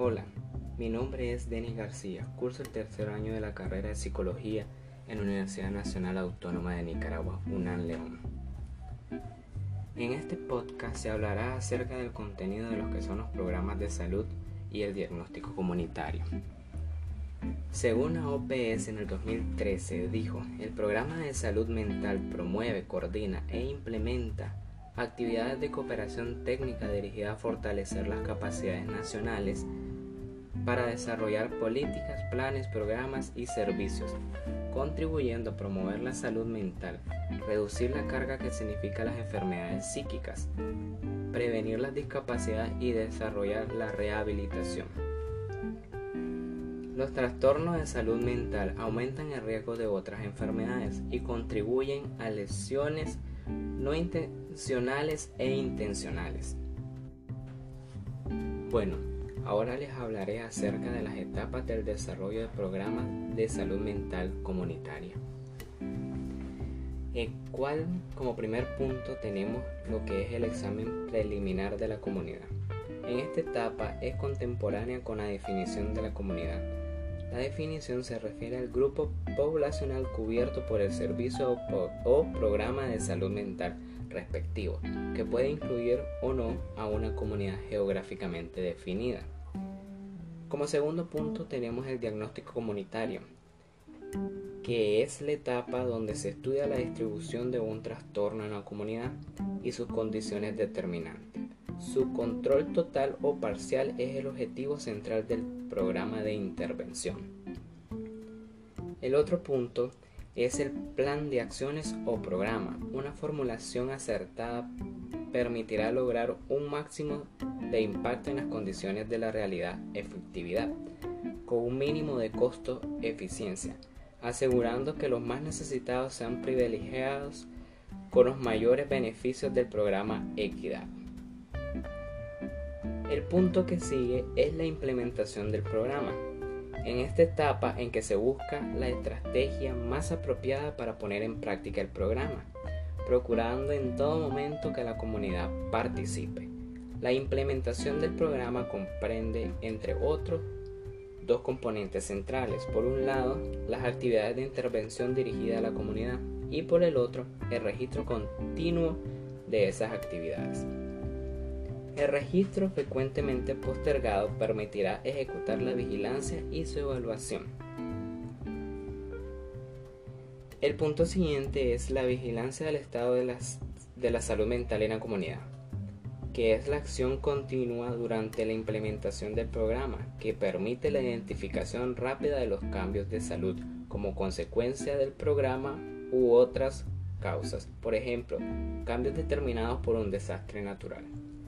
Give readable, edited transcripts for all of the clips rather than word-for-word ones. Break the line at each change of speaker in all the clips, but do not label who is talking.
Hola, mi nombre es Denis García, curso el tercer año de la carrera de Psicología en la Universidad Nacional Autónoma de Nicaragua, UNAM León. En este podcast se hablará acerca del contenido de los que son los programas de salud y el diagnóstico comunitario. Según la OPS en el 2013 dijo, el programa de salud mental promueve, coordina e implementa actividades de cooperación técnica dirigidas a fortalecer las capacidades nacionales para desarrollar políticas, planes, programas y servicios, contribuyendo a promover la salud mental, reducir la carga que significan las enfermedades psíquicas, prevenir las discapacidades y desarrollar la rehabilitación. Los trastornos de salud mental aumentan el riesgo de otras enfermedades y contribuyen a lesiones no intencionales e intencionales. Bueno, ahora les hablaré acerca de las etapas del desarrollo de programas de salud mental comunitaria. Como primer punto tenemos lo que es el examen preliminar de la comunidad. En esta etapa es contemporánea con la definición de la comunidad. La definición se refiere al grupo poblacional cubierto por el servicio o programa de salud mental respectivo, que puede incluir o no a una comunidad geográficamente definida. Como segundo punto tenemos el diagnóstico comunitario, que es la etapa donde se estudia la distribución de un trastorno en la comunidad y sus condiciones determinantes. Su control total o parcial es el objetivo central del programa de intervención. El otro punto es el plan de acciones o programa. Una formulación acertada permitirá lograr un máximo de impacto en las condiciones de la realidad efectividad, con un mínimo de costo-eficiencia, asegurando que los más necesitados sean privilegiados con los mayores beneficios del programa equidad. El punto que sigue es la implementación del programa. En esta etapa en que se busca la estrategia más apropiada para poner en práctica el programa, procurando en todo momento que la comunidad participe. La implementación del programa comprende, entre otros, dos componentes centrales. Por un lado, las actividades de intervención dirigidas a la comunidad y por el otro, el registro continuo de esas actividades. El registro frecuentemente postergado permitirá ejecutar la vigilancia y su evaluación. El punto siguiente es la vigilancia del estado de la salud mental en la comunidad, que es la acción continua durante la implementación del programa, que permite la identificación rápida de los cambios de salud como consecuencia del programa u otras causas, por ejemplo, cambios determinados por un desastre natural.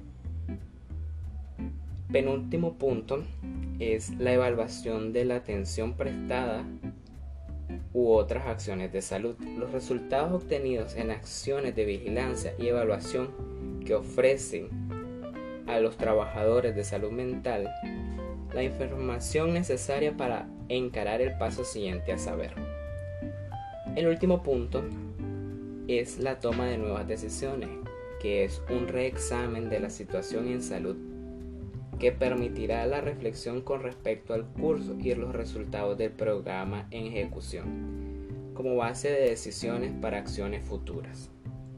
Penúltimo punto es la evaluación de la atención prestada u otras acciones de salud. Los resultados obtenidos en acciones de vigilancia y evaluación que ofrecen a los trabajadores de salud mental la información necesaria para encarar el paso siguiente a saber. El último punto es la toma de nuevas decisiones, que es un reexamen de la situación en salud que permitirá la reflexión con respecto al curso y los resultados del programa en ejecución, como base de decisiones para acciones futuras.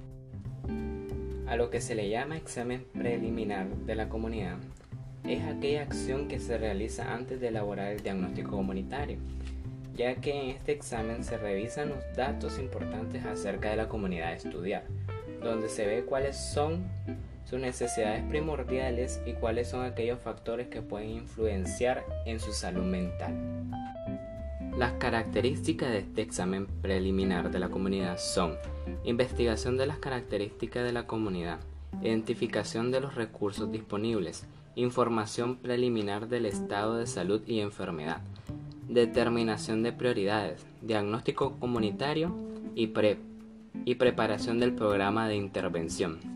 A lo que se le llama examen preliminar de la comunidad es aquella acción que se realiza antes de elaborar el diagnóstico comunitario, ya que en este examen se revisan los datos importantes acerca de la comunidad a estudiar, donde se ve cuáles son sus necesidades primordiales y cuáles son aquellos factores que pueden influenciar en su salud mental. Las características de este examen preliminar de la comunidad son: investigación de las características de la comunidad, identificación de los recursos disponibles, información preliminar del estado de salud y enfermedad, determinación de prioridades, diagnóstico comunitario y preparación del programa de intervención.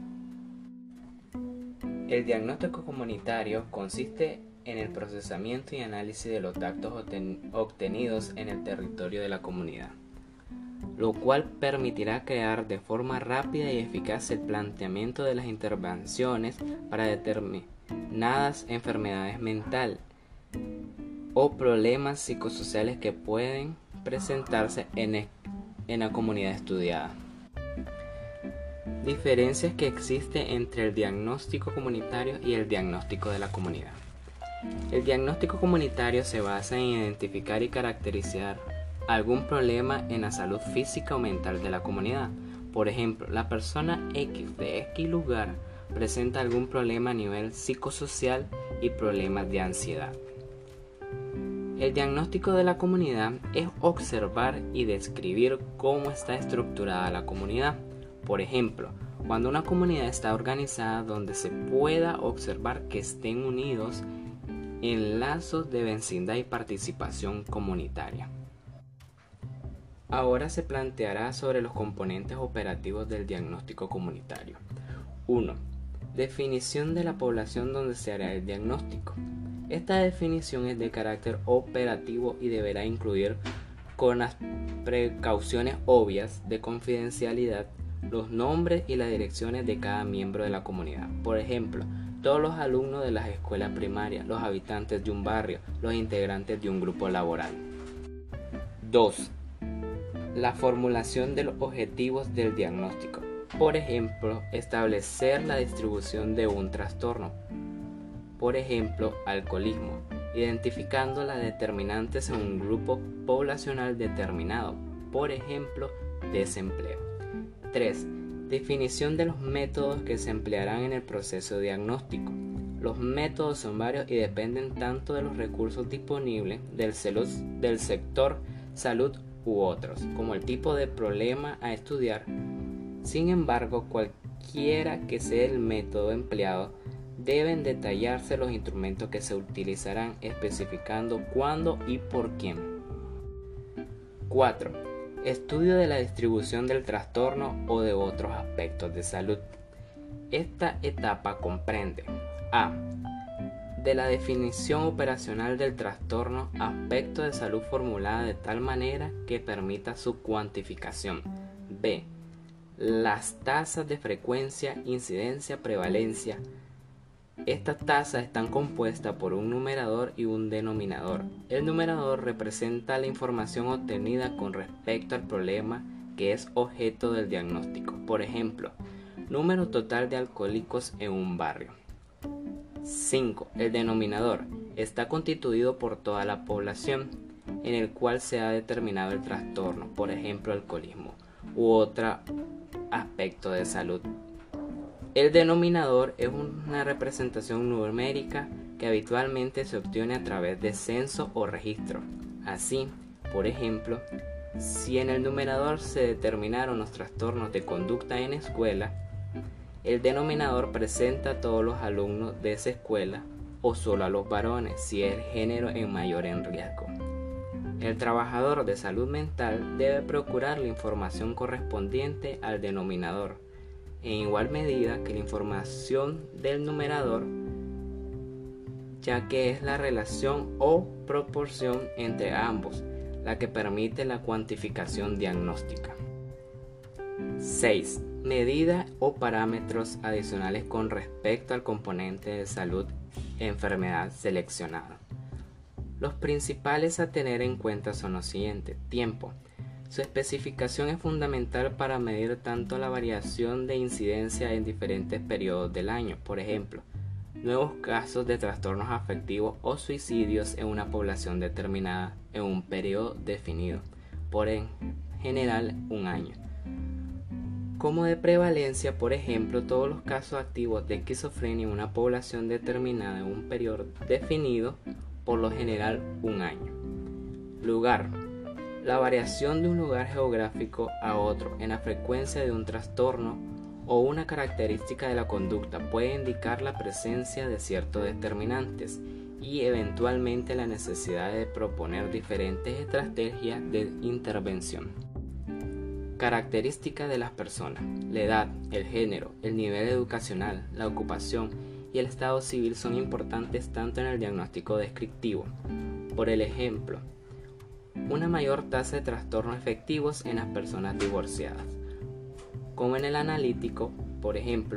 El diagnóstico comunitario consiste en el procesamiento y análisis de los datos obtenidos en el territorio de la comunidad, lo cual permitirá crear de forma rápida y eficaz el planteamiento de las intervenciones para determinadas enfermedades mentales o problemas psicosociales que pueden presentarse en la comunidad estudiada. Diferencias que existen entre el diagnóstico comunitario y el diagnóstico de la comunidad. El diagnóstico comunitario se basa en identificar y caracterizar algún problema en la salud física o mental de la comunidad. Por ejemplo, la persona X de X lugar presenta algún problema a nivel psicosocial y problemas de ansiedad. El diagnóstico de la comunidad es observar y describir cómo está estructurada la comunidad. Por ejemplo, cuando una comunidad está organizada donde se pueda observar que estén unidos en lazos de vecindad y participación comunitaria. Ahora se planteará sobre los componentes operativos del diagnóstico comunitario. 1. Definición de la población donde se hará el diagnóstico. Esta definición es de carácter operativo y deberá incluir, con las precauciones obvias de confidencialidad, los nombres y las direcciones de cada miembro de la comunidad. Por ejemplo, todos los alumnos de las escuelas primarias, los habitantes de un barrio, los integrantes de un grupo laboral. 2. La formulación de los objetivos del diagnóstico. Por ejemplo, establecer la distribución de un trastorno. Por ejemplo, alcoholismo, identificando las determinantes en un grupo poblacional determinado. Por ejemplo, desempleo. 3. Definición de los métodos que se emplearán en el proceso diagnóstico. Los métodos son varios y dependen tanto de los recursos disponibles del sector salud u otros, como el tipo de problema a estudiar. Sin embargo, cualquiera que sea el método empleado, deben detallarse los instrumentos que se utilizarán, especificando cuándo y por quién. 4. Estudio de la distribución del trastorno o de otros aspectos de salud. Esta etapa comprende a. De la definición operacional del trastorno, aspecto de salud formulada de tal manera que permita su cuantificación. B. Las tasas de frecuencia, incidencia, prevalencia. Estas tasas están compuestas por un numerador y un denominador. El numerador representa la información obtenida con respecto al problema que es objeto del diagnóstico. Por ejemplo, número total de alcohólicos en un barrio. 5. El denominador está constituido por toda la población en el cual se ha determinado el trastorno, por ejemplo, alcoholismo u otro aspecto de salud. El denominador es una representación numérica que habitualmente se obtiene a través de censo o registro. Así, por ejemplo, si en el numerador se determinaron los trastornos de conducta en escuela, el denominador presenta a todos los alumnos de esa escuela o solo a los varones, si es el género en mayor en riesgo. El trabajador de salud mental debe procurar la información correspondiente al denominador, en igual medida que la información del numerador, ya que es la relación o proporción entre ambos la que permite la cuantificación diagnóstica. 6. Medidas o parámetros adicionales con respecto al componente de salud enfermedad seleccionada. Los principales a tener en cuenta son los siguientes. Tiempo. Su especificación es fundamental para medir tanto la variación de incidencia en diferentes periodos del año, por ejemplo, nuevos casos de trastornos afectivos o suicidios en una población determinada en un periodo definido, por en general un año. Como de prevalencia, por ejemplo, todos los casos activos de esquizofrenia en una población determinada en un periodo definido, por lo general un año. Lugar. La variación de un lugar geográfico a otro en la frecuencia de un trastorno o una característica de la conducta puede indicar la presencia de ciertos determinantes y eventualmente la necesidad de proponer diferentes estrategias de intervención. Características de las personas. La edad, el género, el nivel educacional, la ocupación y el estado civil son importantes tanto en el diagnóstico descriptivo. Por ejemplo, una mayor tasa de trastornos efectivos en las personas divorciadas, como en el analítico, por ejemplo,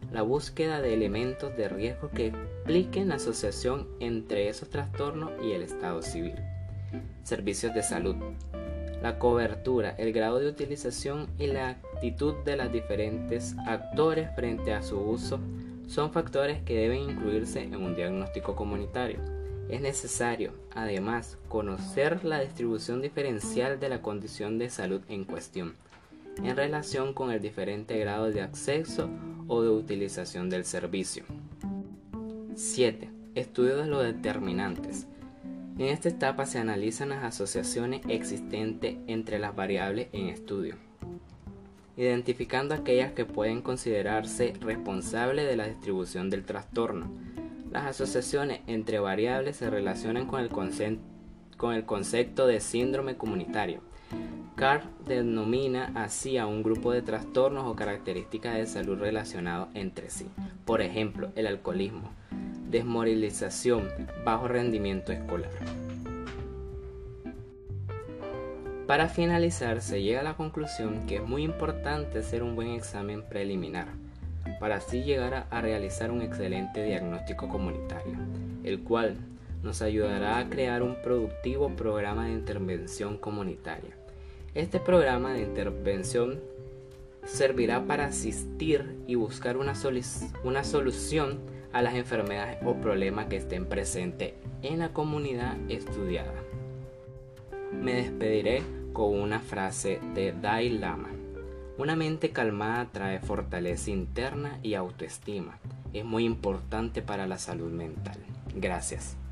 la búsqueda de elementos de riesgo que expliquen la asociación entre esos trastornos y el estado civil. Servicios de salud. La cobertura, el grado de utilización y la actitud de los diferentes actores frente a su uso son factores que deben incluirse en un diagnóstico comunitario. Es necesario, además, conocer la distribución diferencial de la condición de salud en cuestión, en relación con el diferente grado de acceso o de utilización del servicio. 7. Estudio de los determinantes. En esta etapa se analizan las asociaciones existentes entre las variables en estudio, identificando aquellas que pueden considerarse responsables de la distribución del trastorno. Las asociaciones entre variables se relacionan con el concepto de síndrome comunitario. Carr denomina así a un grupo de trastornos o características de salud relacionados entre sí. Por ejemplo, el alcoholismo, desmoralización, bajo rendimiento escolar. Para finalizar, se llega a la conclusión que es muy importante hacer un buen examen preliminar, para así llegar a realizar un excelente diagnóstico comunitario, el cual nos ayudará a crear un productivo programa de intervención comunitaria. Este programa de intervención servirá para asistir y buscar una solución a las enfermedades o problemas que estén presentes en la comunidad estudiada. Me despediré con una frase de Dalai Lama. Una mente calmada trae fortaleza interna y autoestima. Es muy importante para la salud mental. Gracias.